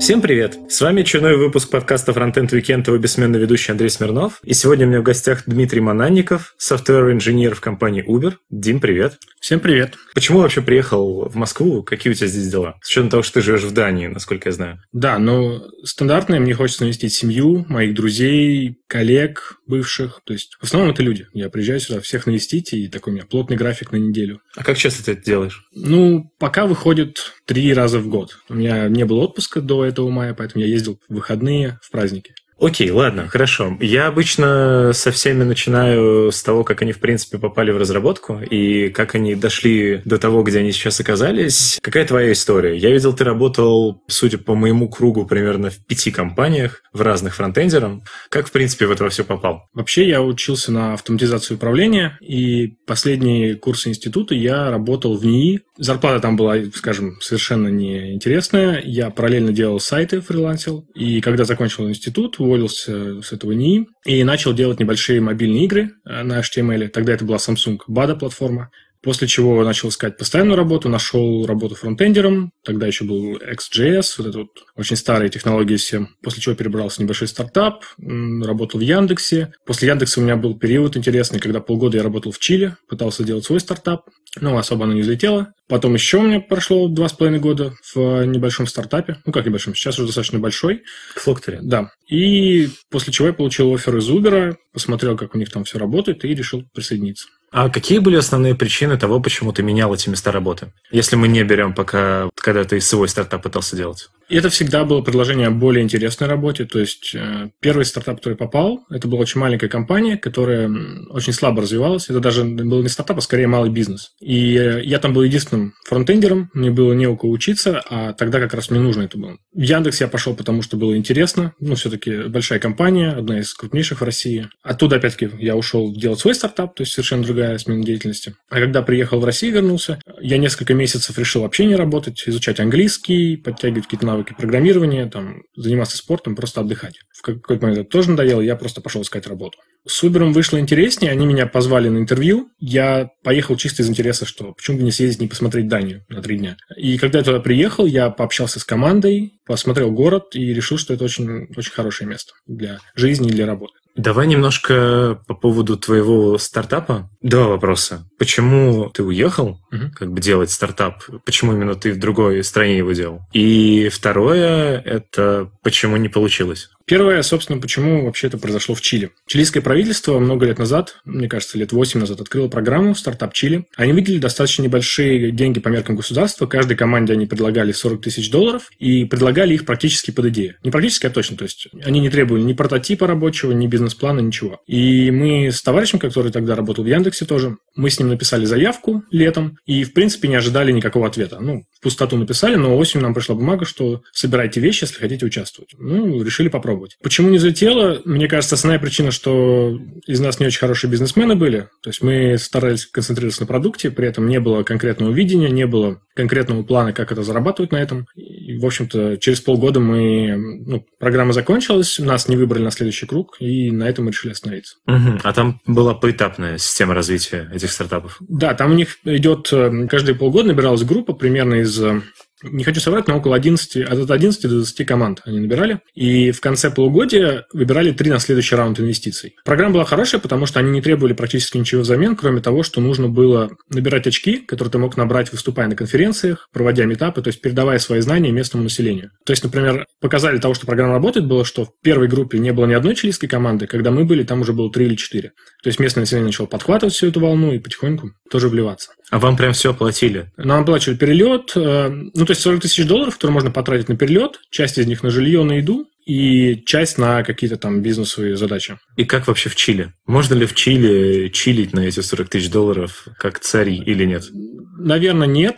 Всем привет! С вами очередной выпуск подкаста Frontend Weekend, его бессменный ведущий Андрей Смирнов. И сегодня у меня в гостях Дмитрий Мананников, софтвер-инженер в компании Uber. Дим, привет! Всем привет! Почему вообще приехал в Москву? Какие у тебя здесь дела? С учетом того, что ты живешь в Дании, насколько я знаю. Да, стандартное, мне хочется навестить семью, моих друзей, коллег бывших. То есть в основном это люди. Я приезжаю сюда всех навестить, и такой у меня плотный график на неделю. А как часто ты это делаешь? Пока выходит 3 раза в год. У меня не было отпуска до этого мая, поэтому я ездил в выходные, в праздники. Окей, ладно, хорошо. Я обычно со всеми начинаю с того, как они, в принципе, попали в разработку и как они дошли до того, где они сейчас оказались. Какая твоя история? Я видел, ты работал, судя по моему кругу, примерно в 5 компаниях, в разных фронтендерах. Как, в принципе, в это все попал? Вообще, я учился на автоматизацию управления, и последние курсы института я работал в НИИ. Зарплата там была, скажем, совершенно неинтересная. Я параллельно делал сайты, фрилансил. И когда закончил институт, уволился с этого НИИ и начал делать небольшие мобильные игры на HTML. Тогда это была Samsung BADA платформа. После чего начал искать постоянную работу, нашел работу фронтендером. Тогда еще был XJS, вот это вот очень старые технологии все. После чего перебрался в небольшой стартап, работал в Яндексе. После Яндекса у меня был период интересный, когда полгода я работал в Чили, пытался делать свой стартап, но особо оно не взлетело. Потом еще у меня прошло 2,5 года в небольшом стартапе. Как небольшом? Сейчас уже достаточно большой. Флоктори. Да. И после чего я получил оффер из Uber, посмотрел, как у них там все работает, и решил присоединиться. А какие были основные причины того, почему ты менял эти места работы? Если мы не берем пока, когда ты свой стартап пытался делать. И это всегда было предложение о более интересной работе. То есть первый стартап, который попал, это была очень маленькая компания, которая очень слабо развивалась. Это даже был не стартап, а скорее малый бизнес. И я там был единственным фронтендером, мне было не у кого учиться, а тогда как раз мне нужно это было. В Яндекс я пошел, потому что было интересно. Все-таки большая компания, одна из крупнейших в России. Оттуда, опять-таки, я ушел делать свой стартап, то есть совершенно другая смена деятельности. А когда приехал в Россию, вернулся, я несколько месяцев решил вообще не работать, изучать английский, подтягивать какие-то навыки программирования, заниматься спортом, просто отдыхать. В какой-то момент это тоже надоело, я просто пошел искать работу. С Uber вышло интереснее, они меня позвали на интервью, я поехал чисто из интереса, что почему бы не съездить, не посмотреть Данию на 3 дня. И когда я туда приехал, я пообщался с командой, посмотрел город и решил, что это очень, очень хорошее место для жизни и для работы. Давай немножко по поводу твоего стартапа. 2 вопроса. Почему ты уехал, делать стартап? Почему именно ты в другой стране его делал? И второе, это почему не получилось? Первое, собственно, почему вообще это произошло в Чили. Чилийское правительство много лет назад, мне кажется, лет 8 назад, открыло программу «Стартап Чили». Они выделили достаточно небольшие деньги по меркам государства. Каждой команде они предлагали $40 тысяч и предлагали их практически под идею. Не практически, а точно. То есть они не требовали ни прототипа рабочего, ни бизнес-плана, ничего. И мы с товарищем, который тогда работал в Яндексе тоже, мы с ним написали заявку летом и, в принципе, не ожидали никакого ответа. В пустоту написали, но осенью нам пришла бумага, что собирайте вещи, если хотите участвовать. Решили попробовать. Почему не залетело? Мне кажется, основная причина, что из нас не очень хорошие бизнесмены были. То есть мы старались концентрироваться на продукте, при этом не было конкретного видения, не было конкретного плана, как это зарабатывать на этом. И, в общем-то, через полгода программа закончилась, нас не выбрали на следующий круг, и на этом мы решили остановиться. А там была поэтапная система развития этих стартапов? Да, там у них идет каждые полгода набиралась группа примерно из... Не хочу соврать, но около 11, от 11 до 20 команд они набирали. И в конце полугодия выбирали 3 на следующий раунд инвестиций. Программа была хорошая, потому что они не требовали практически ничего взамен, кроме того, что нужно было набирать очки, которые ты мог набрать, выступая на конференциях, проводя митапы, то есть передавая свои знания местному населению. То есть, например, показали того, что программа работает, было, что в первой группе не было ни одной чилийской команды, когда мы были, там уже было 3 или 4. То есть местное население начало подхватывать всю эту волну и потихоньку тоже вливаться. А вам прям все оплатили? Нам оплачивали перелет, то есть $40 тысяч, которые можно потратить на перелет, часть из них на жилье, на еду, и часть на какие-то там бизнесовые задачи. И как вообще в Чили? Можно ли в Чили чилить на эти $40 тысяч как цари или нет? Наверное, нет.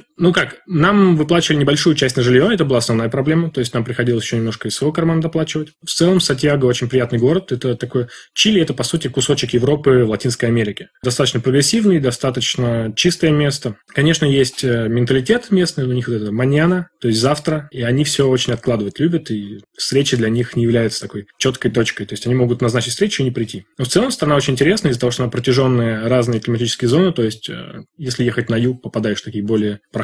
Нам выплачивали небольшую часть на жилье, это была основная проблема, то есть нам приходилось еще немножко из своего кармана доплачивать. В целом, Сантьяго очень приятный город, это такой... Чили – это, по сути, кусочек Европы в Латинской Америке. Достаточно прогрессивный, достаточно чистое место. Конечно, есть менталитет местный, у них вот это маньяна, то есть завтра, и они все очень откладывать любят, и встречи для них не являются такой четкой точкой, то есть они могут назначить встречу и не прийти. Но в целом страна очень интересная из-за того, что она протяженные разные климатические зоны, то есть если ехать на юг, попадаешь в такие более прохладные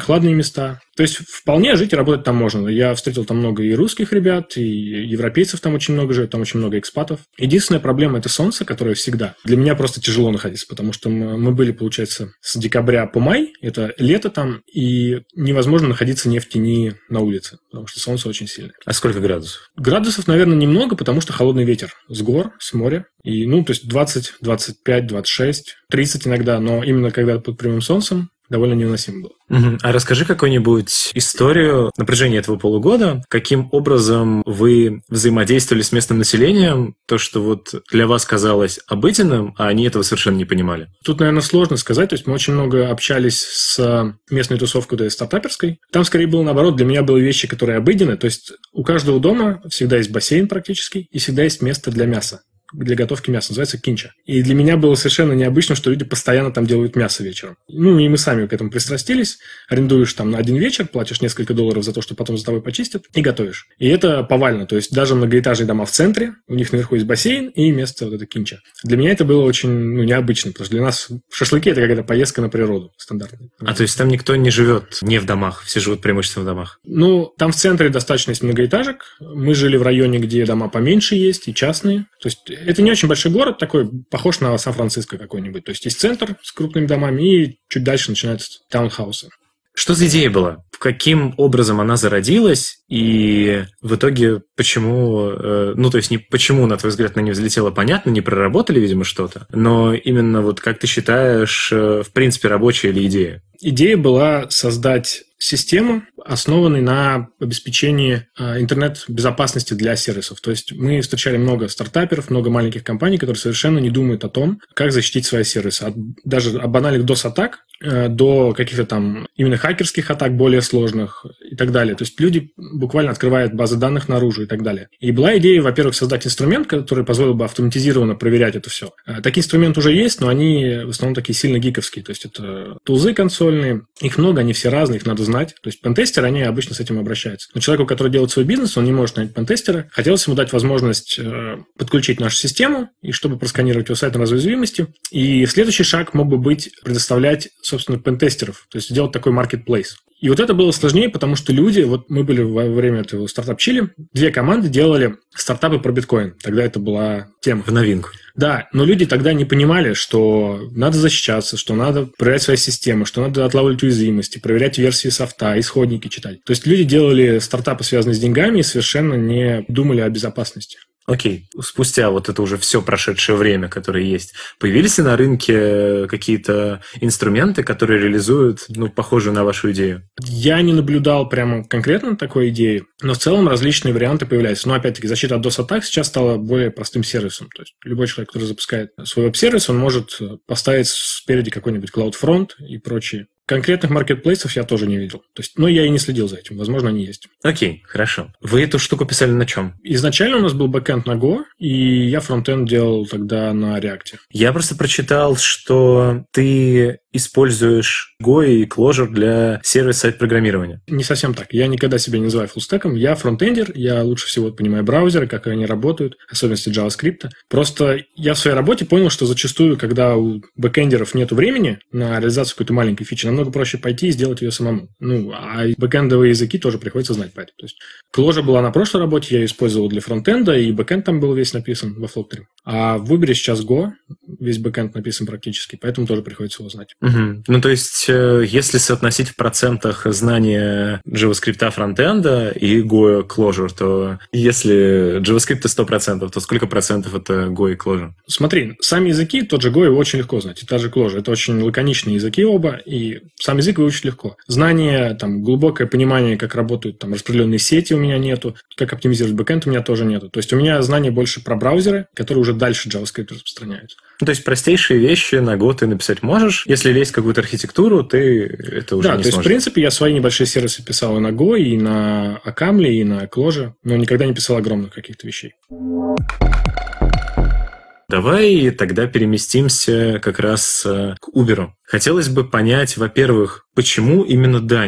прохладные места. То есть вполне жить и работать там можно. Я встретил там много и русских ребят, и европейцев там очень много живет, там очень много экспатов. Единственная проблема – это солнце, которое всегда. Для меня просто тяжело находиться, потому что мы были, получается, с декабря по май, это лето там, и невозможно находиться не в тени на улице, потому что солнце очень сильное. А сколько градусов? Градусов, наверное, немного, потому что холодный ветер с гор, с моря. И, то есть 20, 25, 26, 30 иногда, но именно когда под прямым солнцем, довольно невыносимо было. А расскажи какую-нибудь историю на протяжении этого полугода, каким образом вы взаимодействовали с местным населением, то, что вот для вас казалось обыденным, а они этого совершенно не понимали. Тут, наверное, сложно сказать. То есть мы очень много общались с местной тусовкой, то есть стартаперской. Там скорее было наоборот. Для меня были вещи, которые обыденны. То есть у каждого дома всегда есть бассейн практически, и всегда есть место для мяса. Для готовки мяса, называется кинча. И для меня было совершенно необычно, что люди постоянно там делают мясо вечером. И мы сами к этому пристрастились. Арендуешь там на один вечер, платишь несколько $, за то, что потом за тобой почистят, и готовишь. И это повально. То есть даже многоэтажные дома в центре, у них наверху есть бассейн и место вот это кинча. Для меня это было очень необычно, потому что для нас шашлыки – это какая-то поездка на природу стандартная. А то есть там никто не живет не в домах, все живут преимущественно в домах? Там в центре достаточно есть многоэтажек. Мы жили в районе, где дома поменьше есть и частные. То есть это не очень большой город, такой, похож на Сан-Франциско какой-нибудь. То есть есть центр с крупными домами, и чуть дальше начинаются таунхаусы. Что за идея была? Каким образом она зародилась? И в итоге почему... то есть не почему, на твой взгляд, на нее взлетело, понятно, не проработали, видимо, что-то. Но именно вот как ты считаешь, в принципе, рабочая ли идея? Идея была создать систему, основанную на обеспечении интернет-безопасности для сервисов. То есть мы встречали много стартаперов, много маленьких компаний, которые совершенно не думают о том, как защитить свои сервисы. Даже от банальных DOS-атак до каких-то там именно хакерских атак более сложных и так далее. То есть люди буквально открывают базы данных наружу и так далее. И была идея, во-первых, создать инструмент, который позволил бы автоматизированно проверять это все. Такие инструменты уже есть, но они в основном такие сильно гиковские. То есть это тулзы консольные, их много, они все разные, их надо знать. То есть пентестеры, они обычно с этим обращаются. Но человеку, который делает свой бизнес, он не может нанять пентестера. Хотелось ему дать возможность подключить нашу систему, и чтобы просканировать его сайт на уязвимости. И следующий шаг мог бы быть предоставлять, собственно, пентестеров. То есть сделать такой marketplace. И вот это было сложнее, потому что люди, вот мы были во время этого стартап-чили, 2 команды делали стартапы про биткоин. Тогда это была тема. В новинку. Да, но люди тогда не понимали, что надо защищаться, что надо проверять свои системы, что надо отлавливать уязвимости, проверять версии софта, исходники читать. То есть люди делали стартапы, связанные с деньгами, и совершенно не думали о безопасности. Окей, спустя вот это уже все прошедшее время, которое есть, появились ли на рынке какие-то инструменты, которые реализуют, похожую на вашу идею? Я не наблюдал прямо конкретно такой идеи, но в целом различные варианты появляются. Но опять-таки защита от DOS-атак сейчас стала более простым сервисом. То есть любой человек, который запускает свой веб-сервис, он может поставить спереди какой-нибудь CloudFront и прочие. Конкретных маркетплейсов я тоже не видел. То есть, я и не следил за этим. Возможно, они есть. Окей, хорошо. Вы эту штуку писали на чем? Изначально у нас был бэкэнд на Go, и я фронтенд делал тогда на React. Я просто прочитал, что ты используешь Go и Clojure для сервис-сайт программирования. Не совсем так. Я никогда себя не называю фуллстеком. Я фронтендер, я лучше всего понимаю браузеры, как они работают, особенности JavaScript. Просто я в своей работе понял, что зачастую, когда у бэкэндеров нет времени на реализацию какой-то маленькой фичи, намного проще пойти и сделать ее самому. А бэкэндовые языки тоже приходится знать по этому. То есть Clojure была на прошлой работе, я ее использовал для фронтенда, и бэкэнд там был весь написан во Flocktree. А в Uber сейчас Go, весь бэкэнд написан практически, поэтому тоже приходится его знать. Угу. То есть, если соотносить в процентах знания JavaScript фронтенда и Go Clojure, то если JavaScript 100%, то сколько процентов это Go и Clojure? Смотри, сами языки, тот же Go, его очень легко знать, и та же Clojure. Это очень лаконичные языки оба, и сам язык выучить легко. Знание, глубокое понимание, как работают распределенные сети у меня нету, как оптимизировать бэкэнд у меня тоже нету. То есть у меня знание больше про браузеры, которые уже дальше JavaScript распространяются. То есть простейшие вещи на Go ты написать можешь. Если лезть в какую-то архитектуру, ты это уже не сможешь. Да, то есть, в принципе, я свои небольшие сервисы писал и на Go, и на Akamli, и на Clojure, но никогда не писал огромных каких-то вещей. Давай тогда переместимся как раз к Uber. Хотелось бы понять, во-первых, почему именно Дания?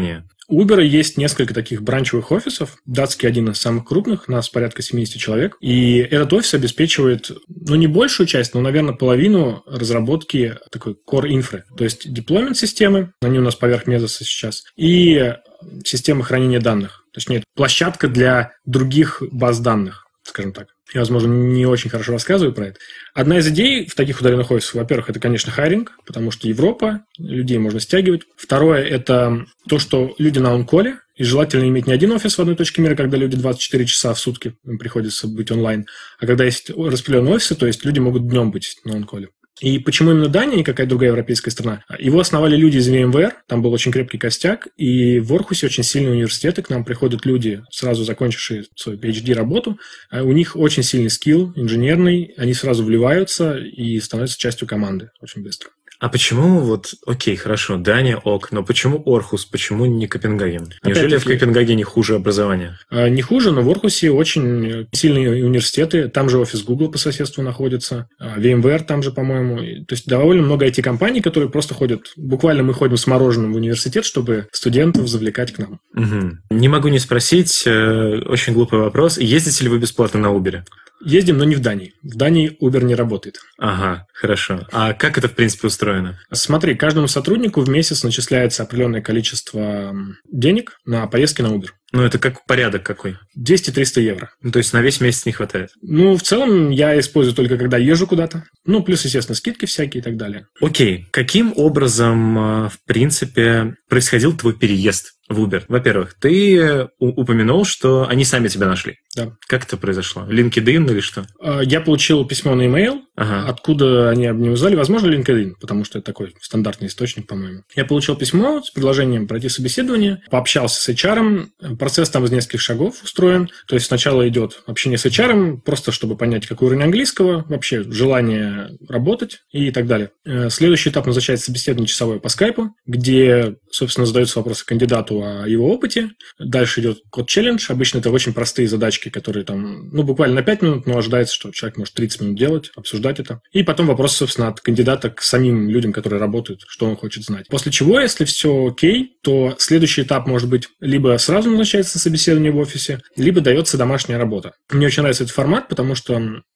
У Uber есть несколько таких бранчевых офисов. Датский один из самых крупных, нас порядка 70 человек. И этот офис обеспечивает, не большую часть, но, наверное, половину разработки такой core инфры. То есть deployment системы, они у нас поверх Mesos сейчас, и системы хранения данных. То есть нет, площадка для других баз данных, скажем так. Я, возможно, не очень хорошо рассказываю про это. Одна из идей в таких удаленных офисах, во-первых, это, конечно, хайринг, потому что Европа, людей можно стягивать. Второе, это то, что люди на онколе, и желательно иметь не один офис в одной точке мира, когда люди 24 часа в сутки, им приходится быть онлайн, а когда есть распределенные офисы, то есть люди могут днем быть на онколе. И почему именно Дания и какая-то другая европейская страна? Его основали люди из VMware, там был очень крепкий костяк, и в Орхусе очень сильные университеты, к нам приходят люди, сразу закончившие свою PhD-работу, у них очень сильный скилл инженерный, они сразу вливаются и становятся частью команды очень быстро. А почему окей, хорошо, Дания ок, но почему Орхус, почему не Копенгаген? Неужели в Копенгагене хуже образование? Не хуже, но в Орхусе очень сильные университеты, там же офис Google по соседству находится, VMware там же, по-моему. То есть довольно много IT-компаний, которые просто ходят, буквально мы ходим с мороженым в университет, чтобы студентов завлекать к нам. Угу. Не могу не спросить, очень глупый вопрос, ездите ли вы бесплатно на Uber? Ездим, но не в Дании. В Дании Uber не работает. Ага, хорошо. А как это, в принципе, устроено? Смотри, каждому сотруднику в месяц начисляется определенное количество денег на поездки на Uber. Это как порядок какой? 200-300 евро. То есть на весь месяц не хватает? В целом я использую только когда езжу куда-то. Плюс, естественно, скидки всякие и так далее. Окей. Каким образом, в принципе, происходил твой переезд в Uber? Во-первых, ты упомянул, что они сами тебя нашли. Да. Как это произошло? LinkedIn или что? Я получил письмо на e-mail, откуда они об мне узнали. Возможно, LinkedIn, потому что это такой стандартный источник, по-моему. Я получил письмо с предложением пройти собеседование, пообщался с HR. Процесс там из нескольких шагов устроен. То есть сначала идет общение с HR, просто чтобы понять, какой уровень английского, вообще желание работать и так далее. Следующий этап назначается собеседование часовое по скайпу, где, собственно, задаются вопросы кандидату о его опыте. Дальше идет код-челлендж. Обычно это очень простые задачки, которые там, буквально на 5 минут, но ожидается, что человек может 30 минут делать, обсуждать это. И потом вопрос, собственно, от кандидата к самим людям, которые работают, что он хочет знать. После чего, если все окей, то следующий этап может быть либо сразу назначается собеседование в офисе, либо дается домашняя работа. Мне очень нравится этот формат, потому что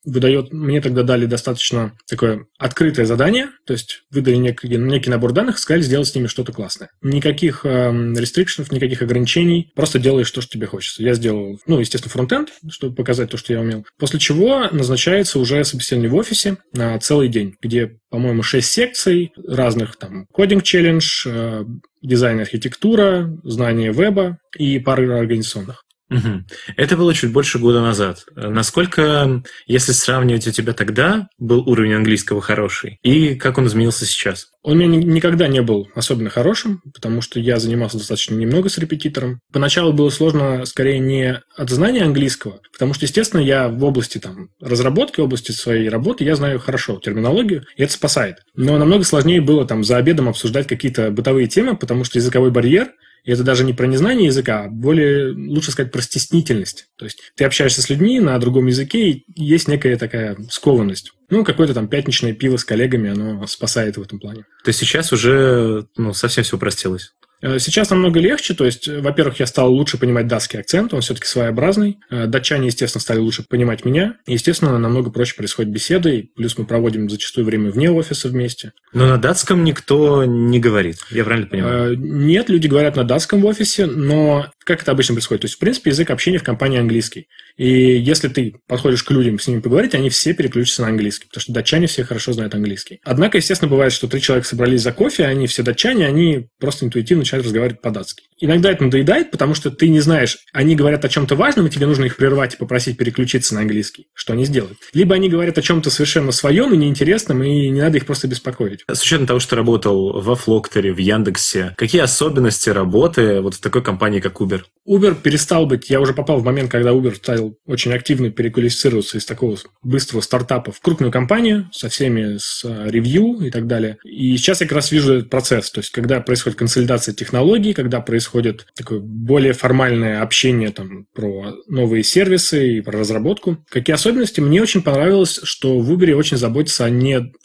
мне тогда дали достаточно такое открытое задание, то есть выдали некий набор данных и сказали сделать с ними что-то классное. Никаких рестрикшенов, никаких ограничений, просто делаешь то, что тебе хочется. Я сделал, естественно, фронтенд, чтобы показать то, что я умел. После чего назначается уже собеседование в офисе на целый день, где, по-моему, 6 секций разных, там, кодинг-челлендж, дизайн, архитектура, знание веба и пары организационных. Угу. Это было чуть больше года назад. Насколько, если сравнивать, у тебя тогда был уровень английского хороший, и как он изменился сейчас? Он у меня никогда не был особенно хорошим, потому что я занимался достаточно немного с репетитором. Поначалу было сложно, скорее, не от знания английского, потому что, естественно, я в области разработки, в области своей работы, я знаю хорошо терминологию, и это спасает. Но намного сложнее было за обедом обсуждать какие-то бытовые темы, потому что языковой барьер. И это даже не про незнание языка, а лучше сказать, про стеснительность. То есть ты общаешься с людьми на другом языке, и есть некая такая скованность. Какое-то пятничное пиво с коллегами, оно спасает в этом плане. То есть сейчас уже совсем все упростилось? Сейчас намного легче, то есть, во-первых, я стал лучше понимать датский акцент, он все-таки своеобразный. Датчане, естественно, стали лучше понимать меня. И, естественно, намного проще происходит беседа, и плюс мы проводим зачастую время вне офиса вместе. Но на датском никто не говорит, я правильно понимаю? Нет, люди говорят на датском в офисе, но как это обычно происходит? То есть, в принципе, язык общения в компании английский. И если ты подходишь к людям с ними поговорить, они все переключатся на английский, потому что датчане все хорошо знают английский. Однако, естественно, бывает, что 3 человека собрались за кофе, они все датчане, они просто интуитивно начинают разговаривать по-датски. Иногда это надоедает, потому что ты не знаешь, они говорят о чем-то важном, и тебе нужно их прервать и попросить переключиться на английский. Что они сделают? Либо они говорят о чем-то совершенно своем и неинтересном, и не надо их просто беспокоить. С учетом того, что работал во Флоктере, в Яндексе, какие особенности работы в такой компании, как Uber? Uber перестал быть, я уже попал в момент, когда Uber стал очень активно переквалифицироваться из такого быстрого стартапа в крупную компанию со всеми, с ревью и так далее. И сейчас я как раз вижу этот процесс, то есть когда происходит консолидация технологий, когда происходит такое более формальное общение там, про новые сервисы и про разработку. Какие особенности? Мне очень понравилось, что в Uber очень заботятся о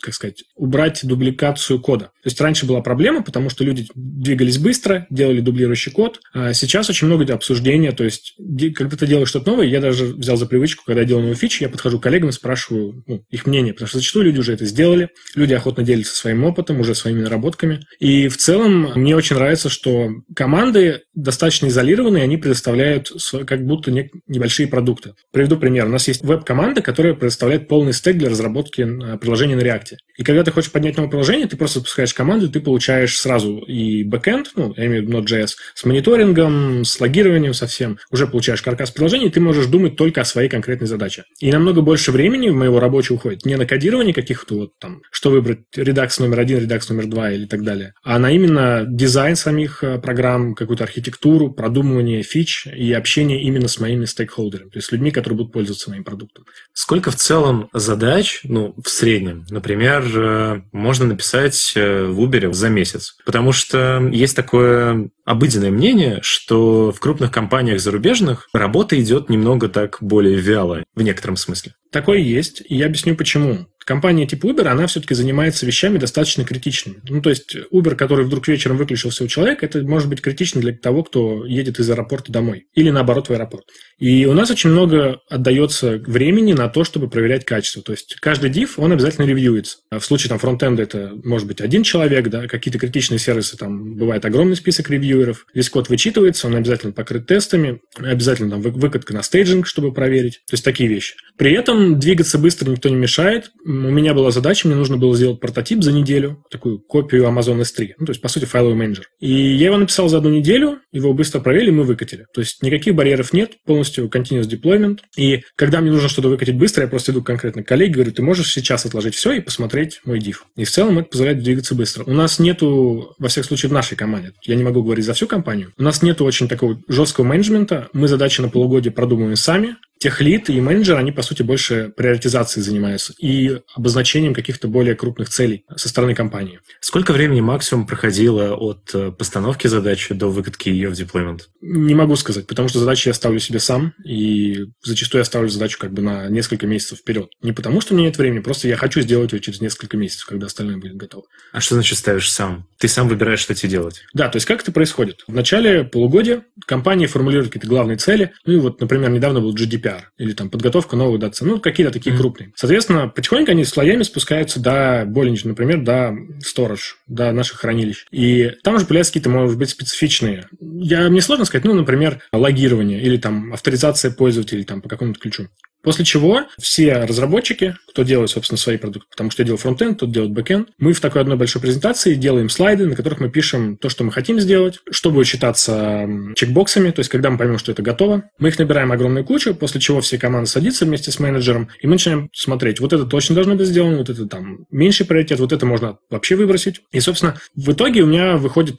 убрать дубликацию кода. То есть раньше была проблема, потому что люди двигались быстро, делали дублирующий код, а сейчас очень много обсуждения, то есть когда ты делаешь что-то новое, я даже взял за привычку, когда я делаю новую фичу, я подхожу к коллегам и спрашиваю их мнение, потому что зачастую люди уже это сделали, люди охотно делятся своим опытом, уже своими наработками. И в целом мне очень нравится, что команды достаточно изолированные, они предоставляют как будто небольшие продукты. Приведу пример. У нас есть веб-команда, которая предоставляет полный стек для разработки приложения на React. И когда ты хочешь поднять новое приложение, ты просто запускаешь команду, и ты получаешь сразу и бэкэнд, я имею в виду Node.js, с мониторингом, с логированием совсем, уже получаешь каркас приложения, и ты можешь думать только о своей конкретной задаче. И намного больше времени в моего рабочего уходит не на кодирование каких-то что выбрать, Redux номер 1, Redux номер 2 или так далее, а на именно дизайн самих программ, какую-то архитектуру, продумывание фич и общение именно с моими стейкхолдерами, то есть с людьми, которые будут пользоваться моим продуктом. Сколько в целом задач, в среднем, например, можно написать в Uber за месяц? Потому что есть такое обыденное мнение, что в крупных компаниях зарубежных работа идет немного так более вяло, в некотором смысле. Такое есть, и я объясню почему. Компания типа Uber, она все-таки занимается вещами достаточно критичными. То есть Uber, который вдруг вечером выключился у человека, это может быть критично для того, кто едет из аэропорта домой. Или наоборот в аэропорт. И у нас очень много отдается времени на то, чтобы проверять качество. То есть каждый div, он обязательно ревьюется. В случае фронтенда это может быть один человек, да, какие-то критичные сервисы, там бывает огромный список ревьюеров. Весь код вычитывается, он обязательно покрыт тестами, обязательно выкатка на стейджинг, чтобы проверить. То есть такие вещи. При этом двигаться быстро никто не мешает. У меня была задача, мне нужно было сделать прототип за неделю, такую копию Amazon S3, то есть, по сути, файловый менеджер. И я его написал за 1 неделю, его быстро проверили, мы выкатили. То есть, никаких барьеров нет, полностью continuous deployment. И когда мне нужно что-то выкатить быстро, я просто иду конкретно к коллеге, говорю, ты можешь сейчас отложить все и посмотреть мой div. И в целом это позволяет двигаться быстро. У нас нету, во всяком случае, в нашей команде, я не могу говорить за всю компанию, у нас нету очень такого жесткого менеджмента, мы задачи на полугодие продумываем сами, техлид и менеджер, они, по сути, больше приоритизацией занимаются и обозначением каких-то более крупных целей со стороны компании. Сколько времени максимум проходило от постановки задачи до выкатки ее в деплоймент? Не могу сказать, потому что задачи я ставлю себе сам, и зачастую я ставлю задачу на несколько месяцев вперед. Не потому, что у меня нет времени, просто я хочу сделать ее через несколько месяцев, когда остальное будет готово. А что значит ставишь сам? Ты сам выбираешь, что тебе делать? Да, то есть как это происходит? В начале полугодия компания формулирует какие-то главные цели. Например, недавно был GDPR или подготовка новых дат-цен, какие-то такие крупные. Соответственно, потихоньку они слоями спускаются до более, например, до storage, до наших хранилищ. И там уже появляются какие-то, может быть, специфичные. Мне сложно сказать, например, логирование или авторизация пользователей по какому-то ключу. После чего все разработчики, кто делает, собственно, свои продукты, потому что я делаю фронтенд, кто делает бэкенд, мы в такой одной большой презентации делаем слайды, на которых мы пишем то, что мы хотим сделать, что будет считаться чекбоксами, то есть когда мы поймем, что это готово, мы их набираем огромную кучу, после чего все команды садятся вместе с менеджером, и мы начинаем смотреть, вот это точно должно быть сделано, вот это меньший приоритет, вот это можно вообще выбросить. И, собственно, в итоге у меня выходит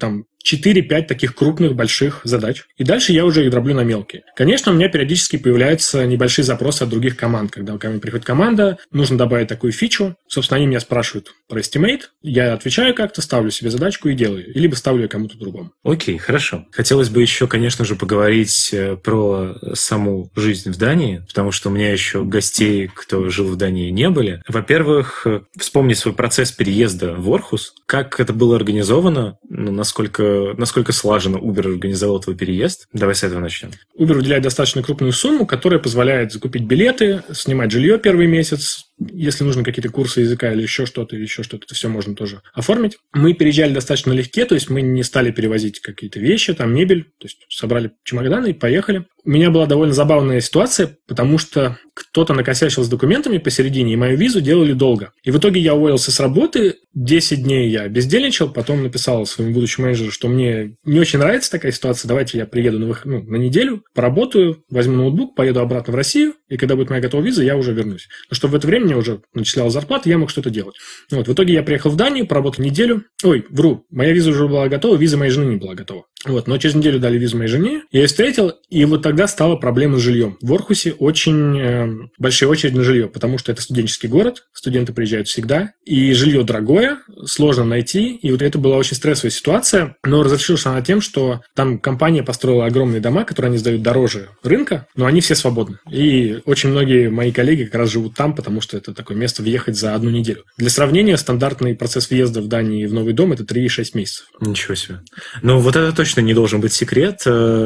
4-5 таких крупных, больших задач. И дальше я уже их дроблю на мелкие. Конечно, у меня периодически появляются небольшие запросы от других команд. Когда ко мне приходит команда, нужно добавить такую фичу. Собственно, они меня спрашивают про estimate. Я отвечаю как-то, ставлю себе задачку и делаю. Либо ставлю ее кому-то другому. Окей, хорошо. Хотелось бы еще, конечно же, поговорить про саму жизнь в Дании, потому что у меня еще гостей, кто жил в Дании, не были. Во-первых, вспомни свой процесс переезда в Орхус. Как это было организовано? Насколько слаженно Uber организовал твой переезд? Давай с этого начнем. Uber выделяет достаточно крупную сумму, которая позволяет закупить билеты, снимать жилье первый месяц. Если нужны какие-то курсы языка или еще что-то, это все можно тоже оформить. Мы переезжали достаточно налегке, то есть мы не стали перевозить какие-то вещи, мебель, то есть собрали чемоданы и поехали. У меня была довольно забавная ситуация, потому что кто-то накосячил с документами посередине, и мою визу делали долго. И в итоге я уволился с работы, 10 дней я бездельничал, потом написал своему будущему менеджеру, что мне не очень нравится такая ситуация, давайте я приеду на неделю, поработаю, возьму ноутбук, поеду обратно в Россию, и когда будет моя готовая виза, я уже вернусь. Но чтобы в это время мне уже начислялась зарплата, я мог что-то делать. В итоге я приехал в Данию, поработал неделю. Моя виза уже была готова, виза моей жены не была готова. Вот, но через неделю дали визу моей жене, я ее встретил, и вот тогда стала проблема с жильем. В Орхусе очень большие очереди на жилье, потому что это студенческий город, студенты приезжают всегда, и жилье дорогое, сложно найти, и вот это была очень стрессовая ситуация, но разрешилась она тем, что там компания построила огромные дома, которые они сдают дороже рынка, но они все свободны. И очень многие мои коллеги как раз живут там, потому что это такое место въехать за 1 неделю. Для сравнения, стандартный процесс въезда в Дании в новый дом – это 3-6 месяцев. Ничего себе. Ну, вот это точно не должен быть секрет.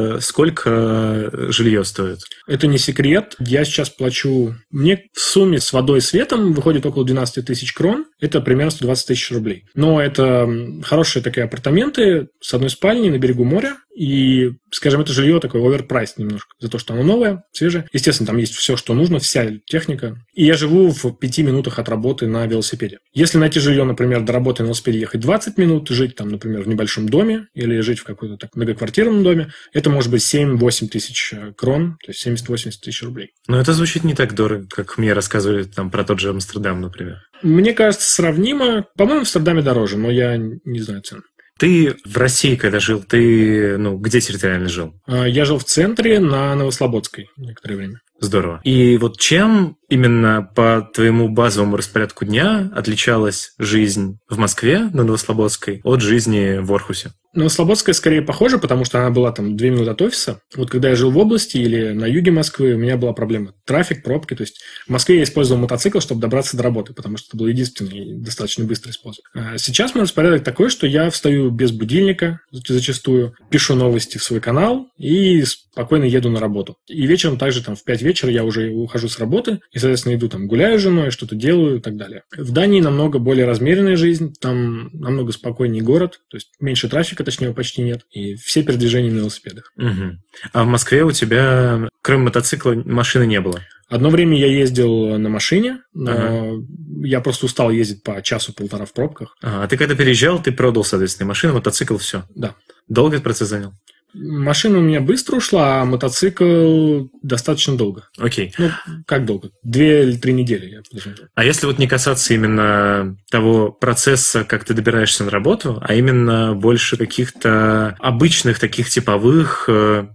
Сколько жилье стоит? Это не секрет. Я сейчас плачу... Мне в сумме с водой и светом выходит около 12 тысяч крон. Это примерно 120 тысяч рублей. Но это хорошие такие апартаменты с одной спальней на берегу моря. И, скажем, это жилье такое оверпрайс немножко за то, что оно новое, свежее. Естественно, там есть все, что нужно, вся техника. И я живу в 5 минутах от работы на велосипеде. Если найти жилье, например, до работы на велосипеде ехать 20 минут, жить там, например, в небольшом доме или жить в какой-то так многоквартирном доме, это может быть 7-8 тысяч крон, то есть 70-80 тысяч рублей. Но это звучит не так дорого, как мне рассказывали там про тот же Амстердам, например. Мне кажется, сравнимо. По-моему, в Амстердаме дороже, но я не знаю цен. Ты в России, когда жил, ты, где территориально жил? Я жил в центре на Новослободской некоторое время. Здорово. И вот чем именно по твоему базовому распорядку дня отличалась жизнь в Москве на Новослободской от жизни в Орхусе? Новослободская скорее похожа, потому что она была там 2 минуты от офиса. Вот когда я жил в области или на юге Москвы, у меня была проблема. Трафик, пробки. То есть в Москве я использовал мотоцикл, чтобы добраться до работы, потому что это был единственный достаточно быстрый способ. А сейчас мой распорядок такой, что я встаю без будильника зачастую, пишу новости в свой канал и спокойно еду на работу. И вечером также там в 5 вечера я уже ухожу с работы и, соответственно, иду там гуляю с женой, что-то делаю и так далее. В Дании намного более размеренная жизнь, там намного спокойнее город, то есть меньше трафика, точнее, почти нет, и все передвижения на велосипедах. Угу. А в Москве у тебя, кроме мотоцикла, машины не было? Одно время я ездил на машине, но я просто устал ездить по часу-полтора в пробках. А ты когда переезжал, ты продал, соответственно, машину, мотоцикл, все? Да. Долго этот процесс занял? Машина у меня быстро ушла, а мотоцикл достаточно долго. Окей. Как долго? 2 или 3 недели, я подожду. А если вот не касаться именно того процесса, как ты добираешься на работу, а именно больше каких-то обычных таких типовых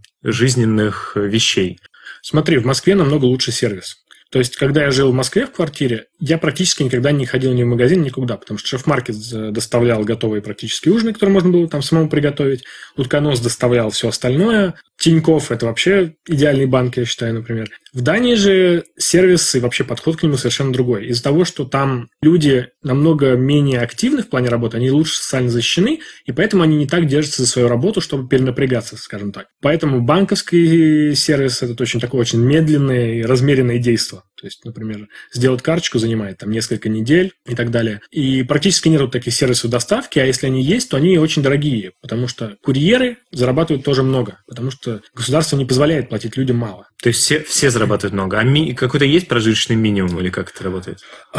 жизненных вещей? Смотри, в Москве намного лучше сервис. То есть, когда я жил в Москве в квартире, я практически никогда не ходил ни в магазин, никуда, потому что шеф-маркет доставлял готовые практически ужины, которые можно было там самому приготовить. Утконос доставлял все остальное. Тинькофф – это вообще идеальный банк, я считаю, например. В Дании же сервис и вообще подход к нему совершенно другой. Из-за того, что там люди намного менее активны в плане работы, они лучше социально защищены, и поэтому они не так держатся за свою работу, чтобы перенапрягаться, скажем так. Поэтому банковский сервис – это очень такое очень медленное и размеренное действо. То есть, например, сделать карточку занимает там несколько недель и так далее. И практически нет таких сервисов доставки, а если они есть, то они очень дорогие, потому что курьеры зарабатывают тоже много, потому что государство не позволяет платить людям мало. То есть все зарабатывают много. А какой-то есть прожиточный минимум или как это работает?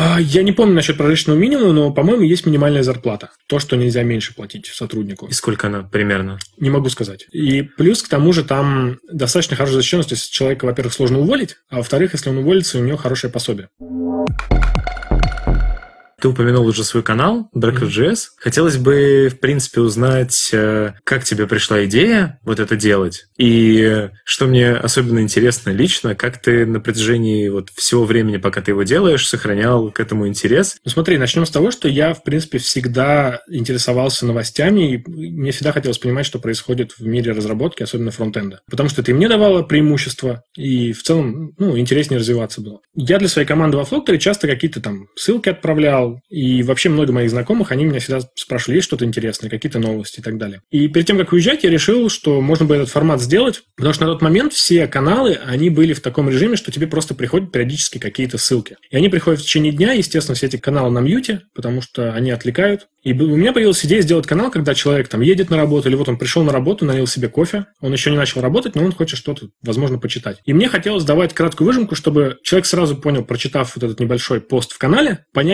Я не помню насчет прожиточного минимума, но, по-моему, есть минимальная зарплата. То, что нельзя меньше платить сотруднику. И сколько она примерно? Не могу сказать. И плюс к тому же там достаточно хорошая защищенность. То есть человека, во-первых, сложно уволить, а во-вторых, если он уволится, у него хорошее пособие. Ты упомянул уже свой канал Breakfast.js. Хотелось бы, в принципе, узнать, как тебе пришла идея вот это делать. И что мне особенно интересно лично, как ты на протяжении вот всего времени, пока ты его делаешь, сохранял к этому интерес. Ну смотри, начнем с того, что я, в принципе, всегда интересовался новостями, и мне всегда хотелось понимать, что происходит в мире разработки, особенно фронтенда. Потому что это и мне давало преимущество, и в целом, интереснее развиваться было. Я для своей команды во Флокторе часто какие-то там ссылки отправлял, и вообще много моих знакомых, они меня всегда спрашивали, есть что-то интересное, какие-то новости и так далее. И перед тем, как уезжать, я решил, что можно бы этот формат сделать, потому что на тот момент все каналы, они были в таком режиме, что тебе просто приходят периодически какие-то ссылки. И они приходят в течение дня, естественно, все эти каналы на мьюте, потому что они отвлекают. И у меня появилась идея сделать канал, когда человек там едет на работу, или вот он пришел на работу, налил себе кофе, он еще не начал работать, но он хочет что-то, возможно, почитать. И мне хотелось давать краткую выжимку, чтобы человек сразу понял, прочитав вот этот небольшой пост в канале, понять, стоит ли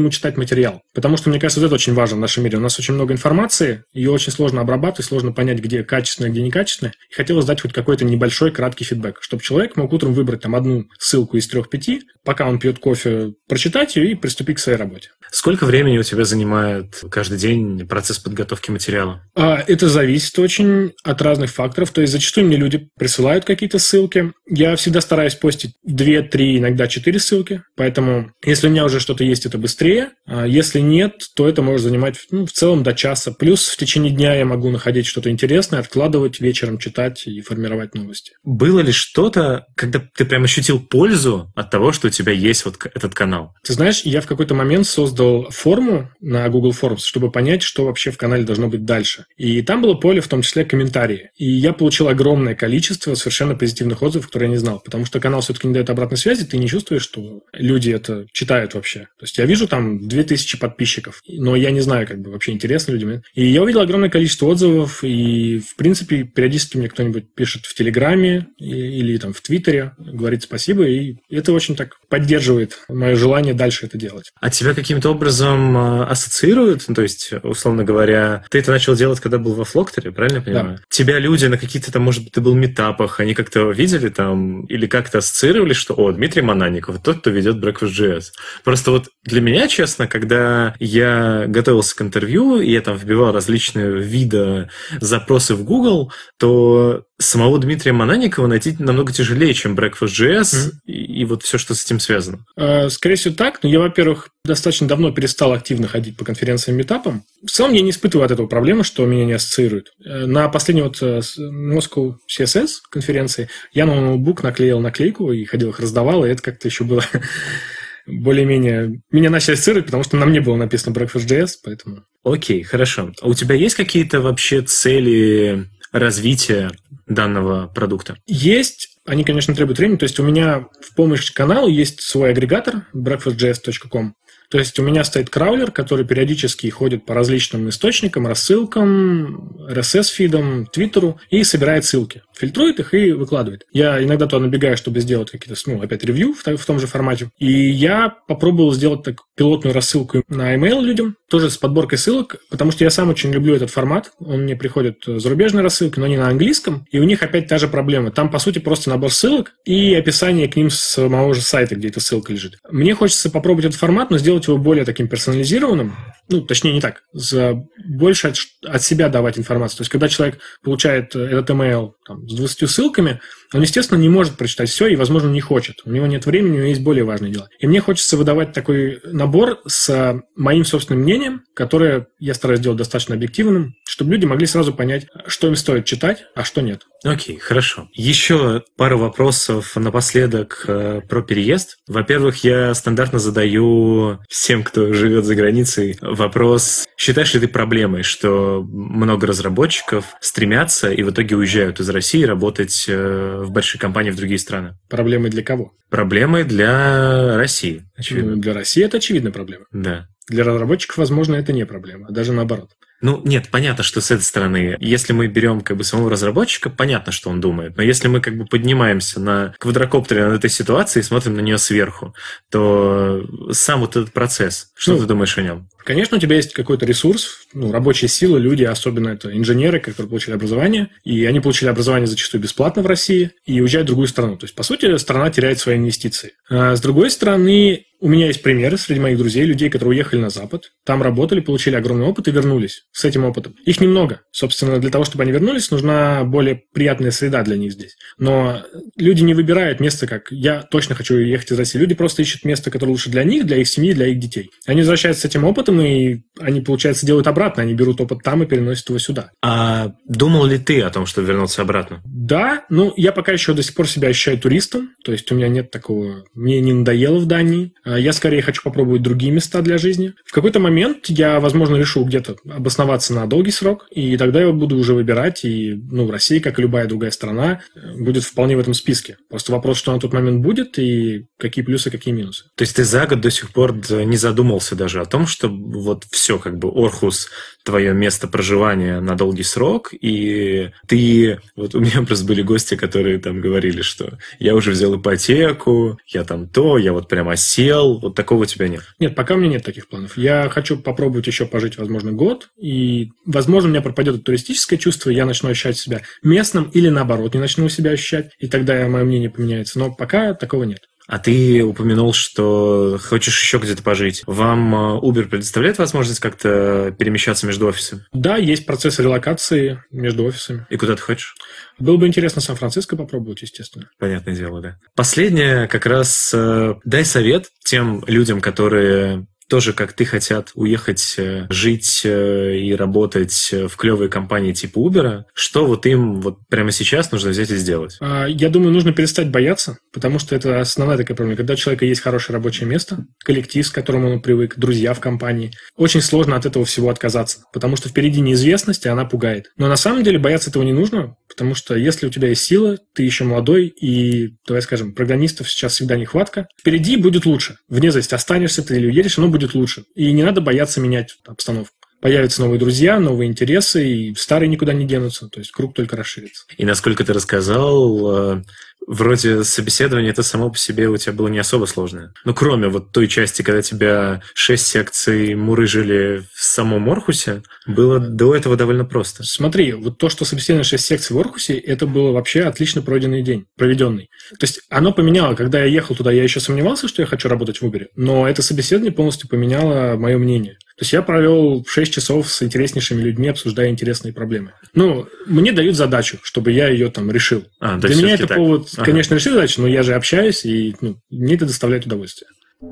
ему читать материал. Потому что, мне кажется, вот это очень важно в нашем мире. У нас очень много информации, ее очень сложно обрабатывать, сложно понять, где качественно, где некачественно. И хотелось дать хоть какой-то небольшой краткий фидбэк, чтобы человек мог утром выбрать там одну ссылку из 3-5, пока он пьет кофе, прочитать ее и приступить к своей работе. Сколько времени у тебя занимает каждый день процесс подготовки материала? Это зависит очень от разных факторов. То есть зачастую мне люди присылают какие-то ссылки. Я всегда стараюсь постить 2, 3, иногда 4 ссылки. Поэтому, если у меня уже что-то есть, это быстрее. А если нет, то это может занимать в целом до часа. Плюс в течение дня я могу находить что-то интересное, откладывать, вечером читать и формировать новости. Было ли что-то, когда ты прям ощутил пользу от того, что у тебя есть вот этот канал? Ты знаешь, я в какой-то момент создал форму на Google Forms, чтобы понять, что вообще в канале должно быть дальше. И там было поле, в том числе комментарии. И я получил огромное количество совершенно позитивных отзывов, которые я не знал. Потому что канал все-таки не дает обратной связи, ты не чувствуешь, что люди это читают вообще. То есть я вижу там 2000 подписчиков, но я не знаю, как бы вообще интересно людям. И я увидел огромное количество отзывов, и, в принципе, периодически мне кто-нибудь пишет в Телеграме или там в Твиттере, говорит спасибо, и это очень так поддерживает мое желание дальше это делать. А тебя каким-то образом ассоциируют? То есть, условно говоря, ты это начал делать, когда был во Флоктере, правильно я понимаю? Да. Тебя люди на какие-то там, может быть, ты был в митапах, они как-то видели там или как-то ассоциировали, что, Дмитрий Мананников, тот, кто ведет Breakfast.js. Просто вот для меня, честно, когда я готовился к интервью, и я там вбивал различные виды запросы в Google, то самого Дмитрия Мананникова найти намного тяжелее, чем Breakfast.js и вот все, что с этим связано. Скорее всего так, но я, во-первых, достаточно давно перестал активно ходить по конференциям, митапам. В целом я не испытываю от этого проблемы, что меня не ассоциируют. На последней вот Moscow CSS конференции я на ноутбук наклеил наклейку и ходил их раздавал, и это как-то еще было более-менее... Меня начали ассоциировать, потому что на мне было написано Breakfast.js, поэтому... Окей, хорошо. А у тебя есть какие-то вообще цели развития данного продукта? Есть. Они, конечно, требуют времени. То есть у меня в помощь каналу есть свой агрегатор breakfastjs.com. То есть у меня стоит краулер, который периодически ходит по различным источникам, рассылкам, RSS-фидам, Твиттеру и собирает ссылки. Фильтрует их и выкладывает. Я иногда туда набегаю, чтобы сделать какие-то, опять ревью в том же формате. И я попробовал сделать так пилотную рассылку на email людям, тоже с подборкой ссылок, потому что я сам очень люблю этот формат. Он мне приходит зарубежные рассылки, но не на английском. И у них опять та же проблема. Там, по сути, просто набор ссылок и описание к ним с самого же сайта, где эта ссылка лежит. Мне хочется попробовать этот формат, но сделать его более таким персонализированным. Точнее, не так. Больше от себя давать информацию. То есть, когда человек получает этот email там, с 20 ссылками, он, естественно, не может прочитать все и, возможно, не хочет. У него нет времени, у него есть более важные дела. И мне хочется выдавать такой набор с моим собственным мнением, которое я стараюсь делать достаточно объективным, чтобы люди могли сразу понять, что им стоит читать, а что нет. Окей, хорошо. Еще пару вопросов напоследок про переезд. Во-первых, я стандартно задаю всем, кто живет за границей, вопрос, считаешь ли ты проблемой, что много разработчиков стремятся и в итоге уезжают из России работать в большие компании в другие страны? Проблемой для кого? Проблемой для России, очевидно. Для России это очевидная проблема. Да. Для разработчиков, возможно, это не проблема, а даже наоборот. Нет, понятно, что с этой стороны, если мы берем самого разработчика, понятно, что он думает. Но если мы поднимаемся на квадрокоптере над этой ситуацией и смотрим на нее сверху, то сам вот этот процесс, что ты думаешь о нем? Конечно, у тебя есть какой-то ресурс, рабочая сила, люди, особенно это инженеры, которые получили образование, и они получили образование зачастую бесплатно в России и уезжают в другую страну. То есть, по сути, страна теряет свои инвестиции. А с другой стороны, у меня есть примеры среди моих друзей, людей, которые уехали на Запад, там работали, получили огромный опыт и вернулись с этим опытом. Их немного. Собственно, для того, чтобы они вернулись, нужна более приятная среда для них здесь. Но люди не выбирают место, как я точно хочу ехать из России. Люди просто ищут место, которое лучше для них, для их семьи, для их детей. Они возвращаются с этим опытом, и они, получается, делают обратно. Они берут опыт там и переносят его сюда. А думал ли ты о том, чтобы вернуться обратно? Да, я пока еще до сих пор себя ощущаю туристом. То есть у меня нет такого... Мне не надоело в Дании. Я скорее хочу попробовать другие места для жизни. В какой-то момент я, возможно, решу где-то обосноваться на долгий срок, и тогда я буду уже выбирать, и Россия, как и любая другая страна, будет вполне в этом списке. Просто вопрос, что на тот момент будет, и какие плюсы, какие минусы. То есть ты за год до сих пор не задумался даже о том, что вот все, Орхус, твое место проживания на долгий срок, и ты... Вот у меня просто были гости, которые там говорили, что я уже взял ипотеку, я вот прям осел, сказал, вот такого у тебя нет? Нет, пока у меня нет таких планов. Я хочу попробовать еще пожить, возможно, год, и, возможно, у меня пропадет это туристическое чувство, я начну ощущать себя местным или, наоборот, не начну себя ощущать, и тогда мое мнение поменяется. Но пока такого нет. А ты упомянул, что хочешь еще где-то пожить. Вам Uber предоставляет возможность как-то перемещаться между офисами? Да, есть процесс релокации между офисами. И куда ты хочешь? Было бы интересно Сан-Франциско попробовать, естественно. Понятное дело, да. Последнее, как раз дай совет тем людям, которые тоже, как ты, хотят уехать жить и работать в клевые компании типа Uber. Что вот им вот прямо сейчас нужно взять и сделать? Я думаю, нужно перестать бояться, потому что это основная такая проблема. Когда у человека есть хорошее рабочее место, коллектив, к которому он привык, друзья в компании, очень сложно от этого всего отказаться, потому что впереди неизвестность, и она пугает. Но на самом деле бояться этого не нужно, потому что если у тебя есть сила, ты еще молодой, и, давай скажем, программистов сейчас всегда нехватка, впереди будет лучше. Вне зависимости, останешься ты или уедешь, оно будет лучше. И не надо бояться менять обстановку. Появятся новые друзья, новые интересы, и старые никуда не денутся. То есть круг только расширится. И насколько ты рассказал, вроде собеседование это само по себе у тебя было не особо сложное. Ну, кроме вот той части, когда тебя 6 секций мурыжили в самом Орхусе, было до этого довольно просто. Смотри, вот то, что собеседование 6 секций в Орхусе, это был вообще отлично пройденный день, проведенный. То есть оно поменяло, когда я ехал туда, я еще сомневался, что я хочу работать в Uber, но это собеседование полностью поменяло мое мнение. То есть я провел 6 часов с интереснейшими людьми, обсуждая интересные проблемы. Ну, мне дают задачу, чтобы я ее там решил. Для меня это повод, конечно, решить задачу, но я же общаюсь, и мне это доставляет удовольствие.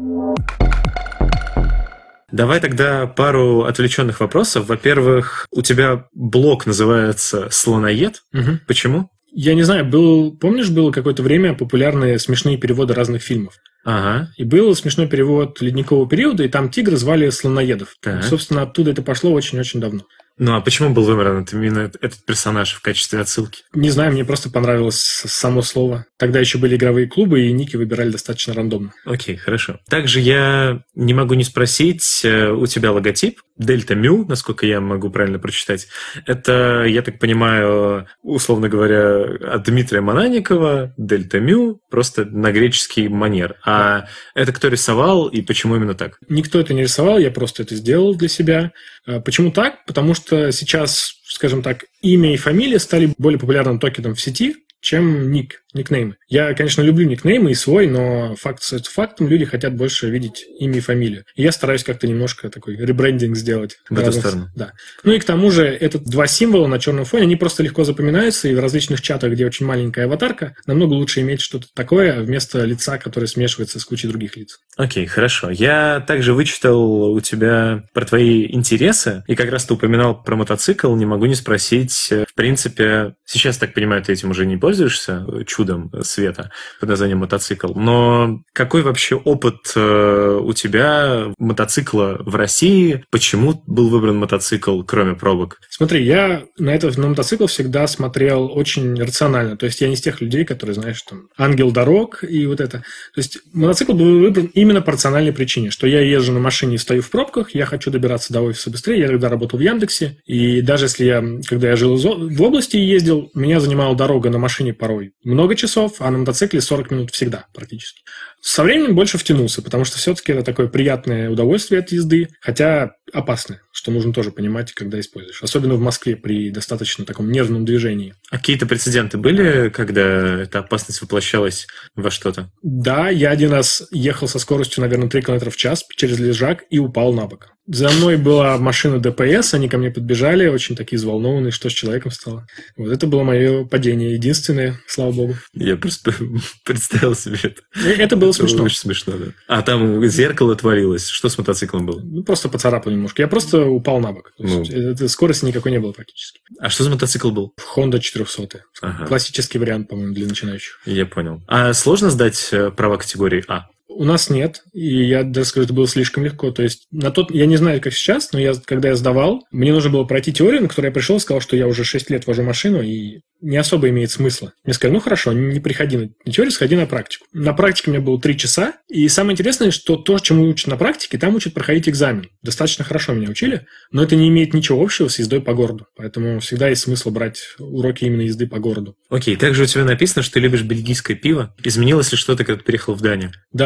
Давай тогда пару отвлеченных вопросов. Во-первых, у тебя блог называется «Слоноед». Угу. Почему? Я не знаю, помнишь, было какое-то время популярные смешные переводы разных фильмов? Ага. И был смешной перевод «Ледникового периода», и там тигры звали слоноедов. Так. Собственно, оттуда это пошло очень-очень давно. Ну, а почему был выбран именно этот персонаж в качестве отсылки? Не знаю, мне просто понравилось само слово. Тогда еще были игровые клубы, и ники выбирали достаточно рандомно. Окей, хорошо. Также я не могу не спросить, у тебя логотип Дельта Мю, насколько я могу правильно прочитать. Это, я так понимаю, условно говоря, от Дмитрия Мананикова, Дельта Мю, просто на греческий манер. А это кто рисовал и почему именно так? Никто это не рисовал, я просто это сделал для себя. Почему так? Потому что сейчас, скажем так, имя и фамилия стали более популярным токеном в сети, чем никнеймы. Я, конечно, люблю никнеймы и свой, но факт с фактом, люди хотят больше видеть имя и фамилию. И я стараюсь как-то немножко такой ребрендинг сделать. В эту сторону. Да. Ну и к тому же, этот 2 символа на черном фоне, они просто легко запоминаются, и в различных чатах, где очень маленькая аватарка, намного лучше иметь что-то такое вместо лица, которое смешивается с кучей других лиц. Окей, хорошо. Я также вычитал у тебя про твои интересы, и как раз ты упоминал про мотоцикл, не могу не спросить, в принципе, сейчас, так понимаю, ты этим уже не пользуешься, чудом света под названием мотоцикл, но какой вообще опыт у тебя мотоцикла в России? Почему был выбран мотоцикл, кроме пробок? Смотри, я на мотоцикл всегда смотрел очень рационально, то есть я не из тех людей, которые, знаешь, там, ангел дорог и вот это. То есть мотоцикл был выбран именно по рациональной причине, что я езжу на машине и стою в пробках, я хочу добираться до офиса быстрее, я тогда работал в Яндексе, и даже если когда я жил в области и ездил, меня занимала дорога на машине порой много часов, а на мотоцикле 40 минут всегда практически. Со временем больше втянулся, потому что все-таки это такое приятное удовольствие от езды, хотя опасное, что нужно тоже понимать, когда используешь. Особенно в Москве при достаточно таком нервном движении. А какие-то прецеденты были, когда эта опасность воплощалась во что-то? Да, я один раз ехал со скоростью, наверное, 3 км в час через лежак и упал на бок. За мной была машина ДПС, они ко мне подбежали, очень такие взволнованные, что с человеком стало. Вот это было мое падение, единственное, слава богу. Я просто представил себе это. Это было смешно. Очень смешно, да. А там зеркало отвалилось. Что с мотоциклом было? Ну, просто поцарапал немножко. Я просто упал на бок. Скорости никакой не было практически. А что за мотоцикл был? Honda 400. Ага. Классический вариант, по-моему, для начинающих. Я понял. А сложно сдать права категории А? У нас нет, и я даже скажу, это было слишком легко. То есть, я не знаю, как сейчас, но когда я сдавал, мне нужно было пройти теорию, на которую я пришел и сказал, что я уже 6 лет вожу машину, и не особо имеет смысла. Мне сказали, ну хорошо, не приходи на теорию, сходи на практику. На практике у меня было 3 часа, и самое интересное, что то, чему учат на практике, там учат проходить экзамен. Достаточно хорошо меня учили, но это не имеет ничего общего с ездой по городу. Поэтому всегда есть смысл брать уроки именно езды по городу. Окей, также у тебя написано, что ты любишь бельгийское пиво. Изменилось ли что-то, когда ты переехал в Данию? Да.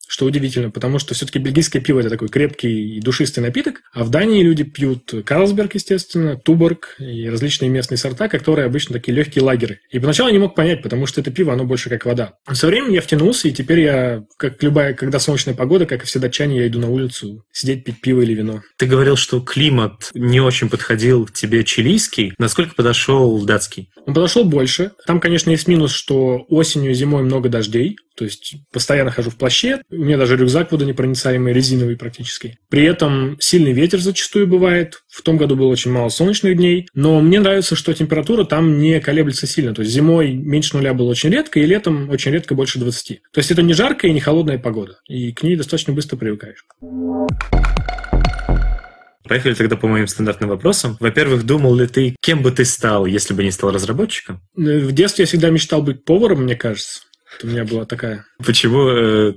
что удивительно, потому что все-таки бельгийское пиво – это такой крепкий и душистый напиток, а в Дании люди пьют Карлсберг, естественно, Туборг и различные местные сорта, которые обычно такие легкие лагеры. И поначалу я не мог понять, потому что это пиво, оно больше как вода. Но со временем я втянулся, и теперь я, как любая, когда солнечная погода, как и все датчане, я иду на улицу сидеть, пить пиво или вино. Ты говорил, что климат не очень подходил тебе чилийский. Насколько подошел датский? Он подошел больше. Там, конечно, есть минус, что осенью и зимой много дождей. То есть постоянно хожу в плаще. У меня даже рюкзак водонепроницаемый, резиновый практически. При этом сильный ветер зачастую бывает. В том году было очень мало солнечных дней. Но мне нравится, что температура там не колеблется сильно. То есть зимой меньше нуля было очень редко, и летом очень редко больше 20. То есть это не жаркая и не холодная погода. И к ней достаточно быстро привыкаешь. Поехали тогда по моим стандартным вопросам. Во-первых, думал ли ты, кем бы ты стал, если бы не стал разработчиком? В детстве я всегда мечтал быть поваром, мне кажется. У меня была такая... Почему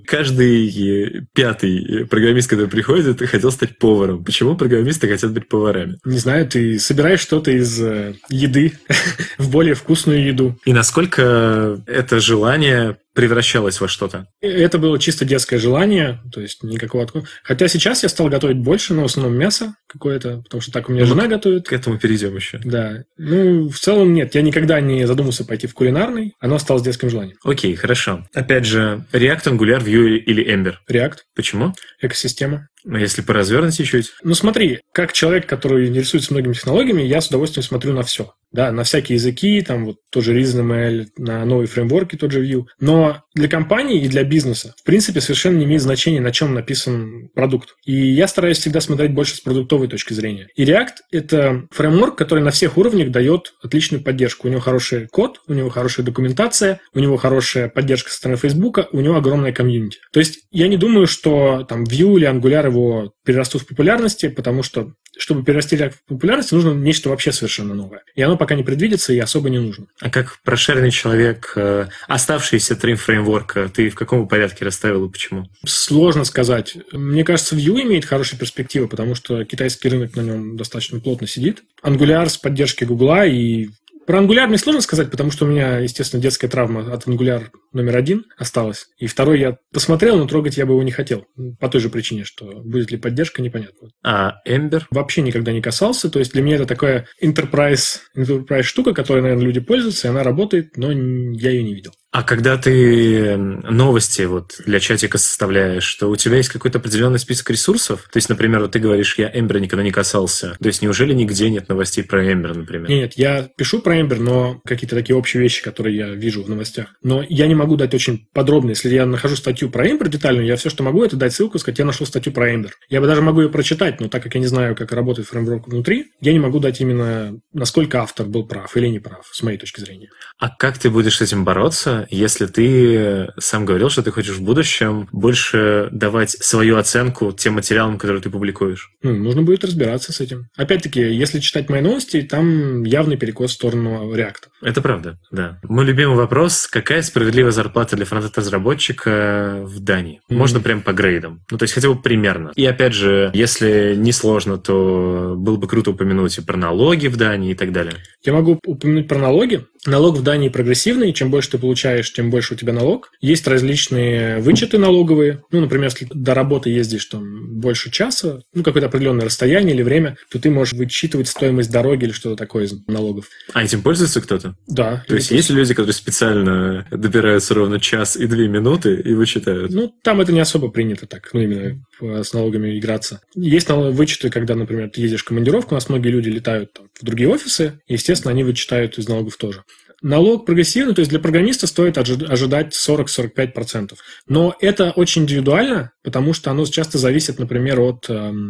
каждый пятый программист, который приходит, хотел стать поваром? Почему программисты хотят быть поварами? Не знаю, ты собираешь что-то из еды в более вкусную еду. И насколько это желание превращалось во что-то? Это было чисто детское желание, то есть никакого отхода. Хотя сейчас я стал готовить больше, но в основном мясо какое-то, потому что так у меня жена готовит. К этому перейдем еще. Да. Ну, в целом нет, я никогда не задумался пойти в кулинарный, оно осталось детским желанием. Окей, хорошо. Опять же, React, Angular, Vue или Ember? React. Почему? Экосистема. Ну, если поразвернуть чуть-чуть. Ну, смотри, как человек, который интересуется многими технологиями, я с удовольствием смотрю на все. Да, на всякие языки, там вот тоже ReasonML, на новые фреймворки, тот же Vue. Но для компании и для бизнеса, в принципе, совершенно не имеет значения, на чем написан продукт. И я стараюсь всегда смотреть больше с продуктовой точки зрения. И React — это фреймворк, который на всех уровнях дает отличную поддержку. У него хороший код, у него хорошая документация, у него хорошая поддержка со стороны Facebook, у него огромная комьюнити. То есть я не думаю, что там Vue или Angular его перерастут в популярности, потому что, чтобы перерасти в популярность, нужно нечто вообще совершенно новое. И оно пока не предвидится и особо не нужно. А как прошаренный человек, оставшийся три фреймворка, ты в каком порядке расставил и почему? Сложно сказать. Мне кажется, Vue имеет хорошие перспективы, потому что китайский рынок на нем достаточно плотно сидит. Angular с поддержкой Гугла и... Про Angular мне сложно сказать, потому что у меня, естественно, детская травма от Angular номер 1 осталась. И второй я посмотрел, но трогать я бы его не хотел. По той же причине, что будет ли поддержка, непонятно. А Ember? Вообще никогда не касался. То есть для меня это такая enterprise штука, которой, наверное, люди пользуются, и она работает, но я ее не видел. А когда ты новости вот для чатика составляешь, то у тебя есть какой-то определенный список ресурсов? То есть, например, вот ты говоришь, я Ember никогда не касался. То есть, неужели нигде нет новостей про Ember, например? Нет, я пишу про Ember, но какие-то такие общие вещи, которые я вижу в новостях. Но я не могу дать очень подробно. Если я нахожу статью про Ember детальную, я все, что могу, это дать ссылку, сказать, я нашел статью про Ember. Я бы даже могу ее прочитать, но так как я не знаю, как работает фреймворк внутри, я не могу дать именно, насколько автор был прав или не прав, с моей точки зрения. А как ты будешь с этим бороться, если ты сам говорил, что ты хочешь в будущем больше давать свою оценку тем материалам, которые ты публикуешь? Нужно будет разбираться с этим. Опять-таки, если читать мои новости, там явный перекос в сторону React. Это правда, да. Мой любимый вопрос, какая справедливая зарплата для фронтенд-разработчика в Дании? Можно прям по грейдам. Ну, то есть хотя бы примерно. И опять же, если не сложно, то было бы круто упомянуть и про налоги в Дании и так далее. Я могу упомянуть про налоги. Налог в Дании прогрессивный. Чем больше ты получаешь, тем больше у тебя налог. Есть различные вычеты налоговые. Ну, например, если до работы ездишь там больше часа, какое-то определенное расстояние или время, то ты можешь вычитывать стоимость дороги или что-то такое из налогов. А этим пользуется кто-то? Да. То есть люди, которые специально добираются ровно час и 2 минуты и вычитают? Там это не особо принято так, именно с налогами играться. Есть вычеты, когда, например, ты едешь в командировку, у нас многие люди летают там в другие офисы, и, естественно, они вычитают из налогов тоже. Налог прогрессивный, то есть для программиста стоит ожидать 40-45%. Но это очень индивидуально, потому что оно часто зависит, например, от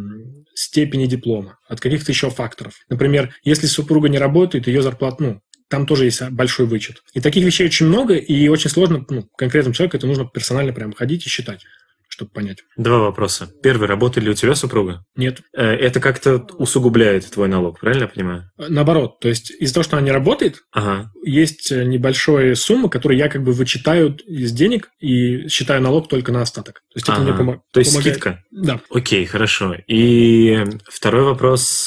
степени диплома, от каких-то еще факторов. Например, если супруга не работает, ее зарплата, там тоже есть большой вычет. И таких вещей очень много, и очень сложно, конкретному человеку это нужно персонально прямо ходить и считать, чтобы понять. 2 вопроса. Первый, работает ли у тебя супруга? Нет. Это как-то усугубляет твой налог, правильно я понимаю? Наоборот. То есть из-за того, что она не работает, есть небольшая сумма, которую я как бы вычитаю из денег и считаю налог только на остаток. То есть это мне помогает. То есть скидка? Да. Окей, хорошо. И второй вопрос.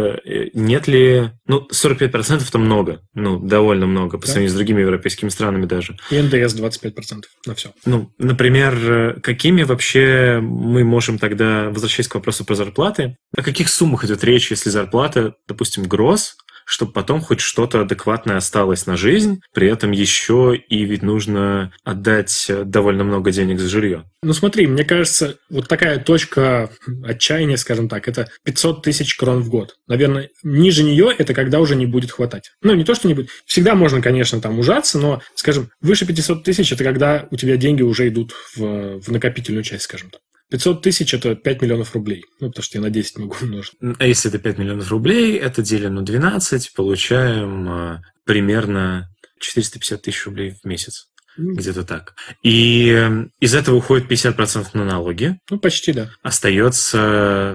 Нет ли... 45% это много. Довольно много по сравнению с другими европейскими странами даже. И НДС 25% на все. Например, какими вообще вообще мы можем тогда, возвращаясь к вопросу про зарплаты, о каких суммах идет речь, если зарплата, допустим, гроз, чтобы потом хоть что-то адекватное осталось на жизнь, при этом еще и ведь нужно отдать довольно много денег за жилье. Ну смотри, мне кажется, вот такая точка отчаяния, скажем так, это 500 тысяч крон в год. Наверное, ниже нее это когда уже не будет хватать. Ну, не то, что не будет. Всегда можно, конечно, там ужаться, но, скажем, выше 500 тысяч это когда у тебя деньги уже идут в накопительную часть, скажем так. 500 тысяч – это 5 миллионов рублей. Ну, потому что я на 10 могу умножить. А если это 5 миллионов рублей, это делим на 12, получаем примерно 450 тысяч рублей в месяц. Где-то так. И из этого уходит 50% на налоги. Ну, почти, да. Остается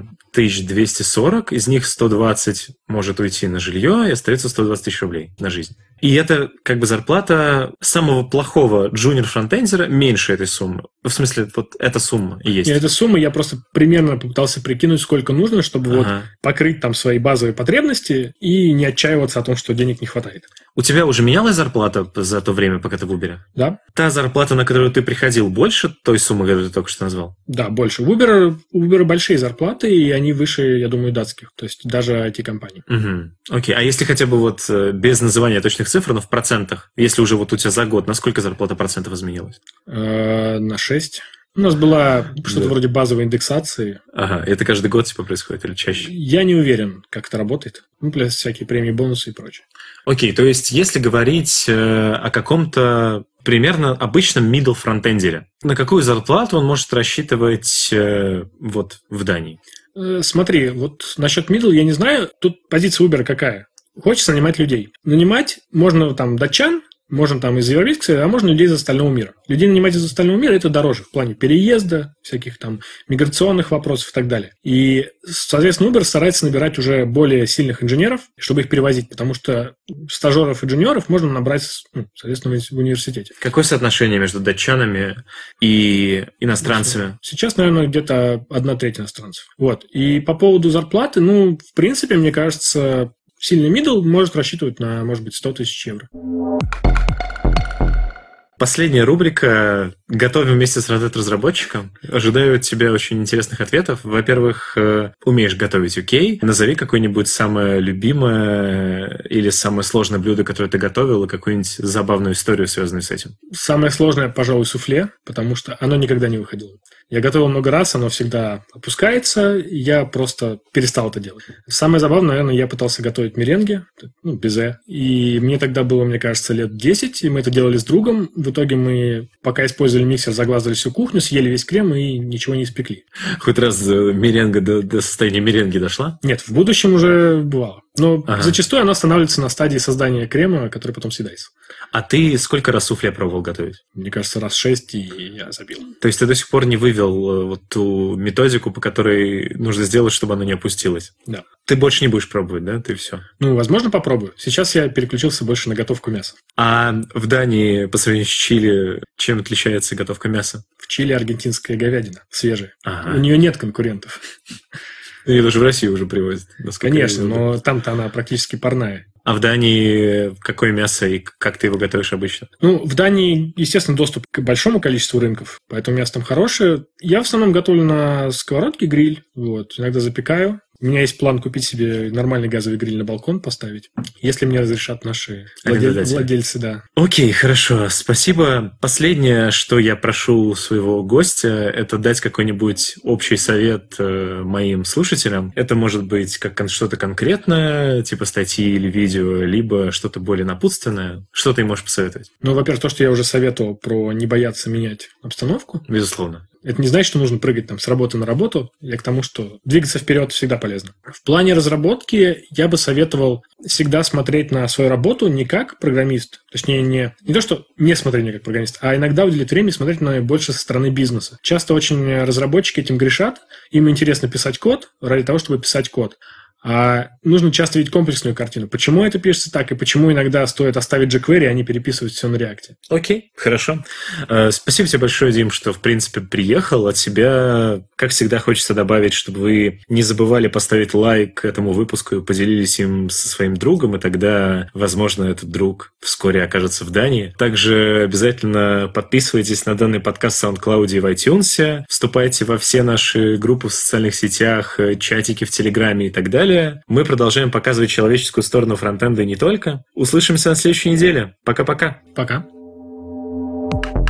1240, из них 120 может уйти на жилье, и остается 120 тысяч рублей на жизнь. И это как бы зарплата самого плохого джуниор-фронтендера меньше этой суммы. В смысле, вот эта сумма и есть. И эта сумма, я просто примерно попытался прикинуть, сколько нужно, чтобы вот покрыть там свои базовые потребности и не отчаиваться о том, что денег не хватает. У тебя уже менялась зарплата за то время, пока ты в Uber? Да. Та зарплата, на которую ты приходил, больше той суммы, которую ты только что назвал? Да, больше. У Uber большие зарплаты, и они выше, я думаю, датских. То есть даже IT-компаний. Угу. Окей. А если хотя бы вот без называния точных цифр, но в процентах, если уже вот у тебя за год, насколько зарплата процентов изменилась? На 6. У нас была что-то вроде базовой индексации. Ага, это каждый год типа происходит или чаще? Я не уверен, как это работает. Ну, плюс всякие премии, бонусы и прочее. Окей, то есть если говорить о каком-то примерно обычном middle фронтендере, на какую зарплату он может рассчитывать вот в Дании? Смотри, вот насчет middle я не знаю. Тут позиция Uber какая? Хочется нанимать людей. Нанимать можно там датчан, можно там из Европейска, а можно людей из остального мира. Людей нанимать из остального мира – это дороже в плане переезда, всяких там миграционных вопросов и так далее. И, соответственно, Uber старается набирать уже более сильных инженеров, чтобы их перевозить, потому что стажеров и джуниоров можно набрать, соответственно, в университете. Какое соотношение между датчанами и иностранцами? Сейчас, наверное, где-то 1/3 иностранцев. Вот. И по поводу зарплаты, ну, в принципе, мне кажется, сильный middle может рассчитывать на, может быть, 100 тысяч евро. Последняя рубрика «Готовим вместе с Red-Hat-разработчиком». Ожидаю от тебя очень интересных ответов. Во-первых, умеешь готовить, окей. Назови какое-нибудь самое любимое или самое сложное блюдо, которое ты готовил, и какую-нибудь забавную историю, связанную с этим. Самое сложное, пожалуй, суфле, потому что оно никогда не выходило. Я готовил много раз, оно всегда опускается, и я просто перестал это делать. Самое забавное, наверное, я пытался готовить меренги, безе, и мне тогда было, мне кажется, лет 10, и мы это делали с другом. В итоге мы, пока использовали миксер, заглазали всю кухню, съели весь крем и ничего не испекли. Хоть раз меренга до состояния меренги дошла? Нет, в будущем уже бывало. Но зачастую она останавливается на стадии создания крема, который потом съедается. А ты сколько раз суфле пробовал готовить? Мне кажется, раз 6, и я забил. То есть ты до сих пор не вывел вот ту методику, по которой нужно сделать, чтобы оно не опустилось? Да. Ты больше не будешь пробовать, да? Ты все? Ну, возможно, попробую. Сейчас я переключился больше на готовку мяса. А в Дании, по сравнению с Чили, чем отличается готовка мяса? В Чили аргентинская говядина, свежая. Ага. У нее нет конкурентов. Ее даже в Россию уже привозят. Конечно, но там-то она практически парная. А в Дании какое мясо и как ты его готовишь обычно? Ну, в Дании, естественно, доступ к большому количеству рынков, поэтому мясо там хорошее. Я в основном готовлю на сковородке гриль, вот, иногда запекаю. У меня есть план купить себе нормальный газовый гриль на балкон поставить, если мне разрешат наши владельцы, да. Окей, хорошо, спасибо. Последнее, что я прошу своего гостя, это дать какой-нибудь общий совет моим слушателям. Это может быть как что-то конкретное, типа статьи или видео, либо что-то более напутственное. Что ты можешь посоветовать? Ну, во-первых, то, что я уже советовал про не бояться менять обстановку. Безусловно. Это не значит, что нужно прыгать там с работы на работу. Я к тому, что двигаться вперед всегда полезно. В плане разработки я бы советовал всегда смотреть на свою работу не как программист. Точнее, не то, что не смотреть на как программист, а иногда уделить время и смотреть на больше со стороны бизнеса. Часто очень разработчики этим грешат. Им интересно писать код ради того, чтобы писать код. а нужно часто видеть комплексную картину. Почему это пишется так, и почему иногда стоит оставить jQuery, а не переписывать все на React. Окей, хорошо. Спасибо тебе большое, Дим, что, в принципе, приехал. От себя, как всегда, хочется добавить, чтобы вы не забывали поставить лайк этому выпуску и поделились им со своим другом, и тогда, возможно, этот друг вскоре окажется в Дании. Также обязательно подписывайтесь на данный подкаст в SoundCloud и в iTunes, вступайте во все наши группы в социальных сетях, чатики в Телеграме и так далее. Мы продолжаем показывать человеческую сторону фронтенда и не только. Услышимся на следующей неделе. Пока-пока. Пока.